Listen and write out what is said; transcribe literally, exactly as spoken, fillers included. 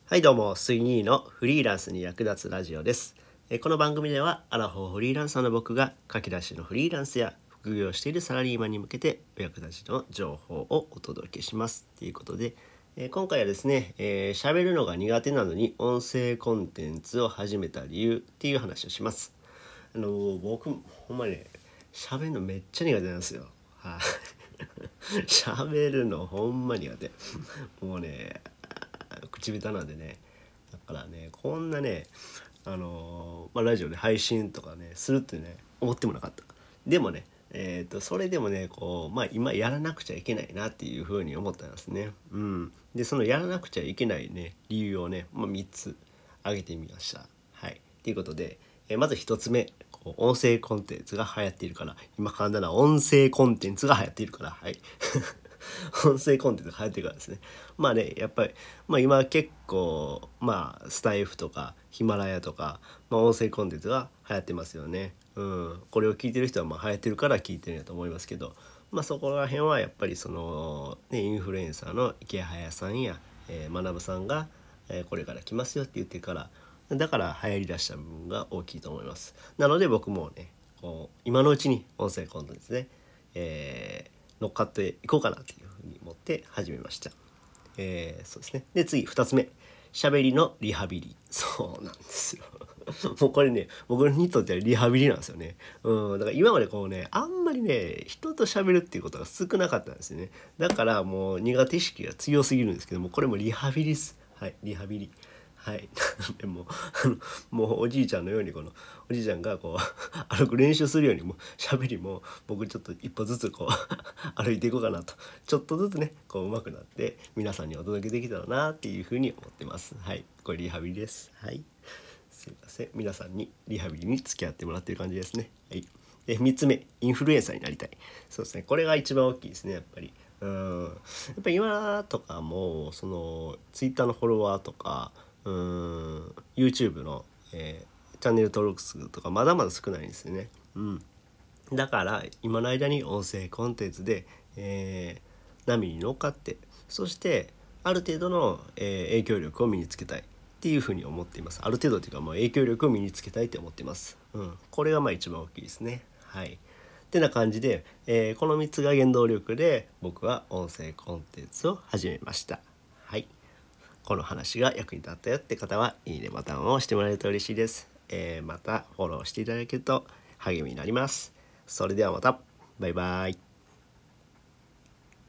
はいどうも、スイニーのフリーランスに役立つラジオです。えーこの番組ではアラフォーフリーランサーの僕が駆け出しのフリーランスや副業しているサラリーマンに向けてお役立ちの情報をお届けしますということで、えー今回はですね、えー、喋るのが苦手なのに音声コンテンツを始めた理由っていう話をします。あのー僕ほんまにね、喋るのめっちゃ苦手なんですよ。はい喋るのほんま苦手。もうね、口下手なんでね。だからね、こんなね、あのーまあ、ラジオで配信とかねするってね思ってもなかった。でもね、えー、とそれでもねこう、まあ、今やらなくちゃいけないなっていうふうに思ったんですね。うん、でそのやらなくちゃいけないね理由をね、まあ、みっつ挙げてみました。はい、ということで、えーまずひとつめ、こう音声コンテンツが流行っているから。今噛んだのは音声コンテンツが流行っているから。はい音声コンテンツが流行ってるからですね。まあね、やっぱり、まあ今結構、まあスタイフとかヒマラヤとか、まあ音声コンテンツが流行ってますよね。うん。これを聞いてる人はまあ流行ってるから聞いてるんだと思いますけど、まあそこら辺はやっぱりその、ね、インフルエンサーの池早さんや、えー、学さんが、えーこれから来ますよって言ってから、だから流行りだした部分が大きいと思います。なので僕もね、こう今のうちに音声コンテンツで、えー乗っかっていこうかなというふうに思って始めました。えー、そうですね。で次ふたつめ、喋りのリハビリ。そうなんですよもうこれね、僕にとってはリハビリなんですよね。うん、だから今までこうね、あんまりね人と喋るっていうことが少なかったんですよね。だからもう苦手意識が強すぎるんですけども、これもリハビリです。はい、リハビリ。はい、でもあのもうおじいちゃんのように、このおじいちゃんがこう歩く練習するように、もう喋りも僕ちょっと一歩ずつこう歩いていこうかなと、ちょっとずつねこう上手くなって皆さんにお届けできたらなっていうふうに思ってます。はい、これリハビリです。はい、すいません、皆さんにリハビリに付き合ってもらってる感じですね。はい。でみっつめ、インフルエンサーになりたい。そうですね、これが一番大きいですね、やっぱり。うん、やっぱり今とかもそのツイッターのフォロワーとか、うん YouTube の、えーチャンネル登録数とかまだまだ少ないんですよね。うん、だから今の間に音声コンテンツで、えー波に乗っかって、そしてある程度の、えー影響力を身につけたいっていうふうに思っています。ある程度というか、もう影響力を身につけたいって思っています。うん、これがまあ一番大きいですね。はい。ってな感じで、えーこのみっつが原動力で僕は音声コンテンツを始めました。はい。この話が役に立ったよって方はいいねボタンを押してもらえると嬉しいです。えーまたフォローしていただけると励みになります。それではまた。バイバイ。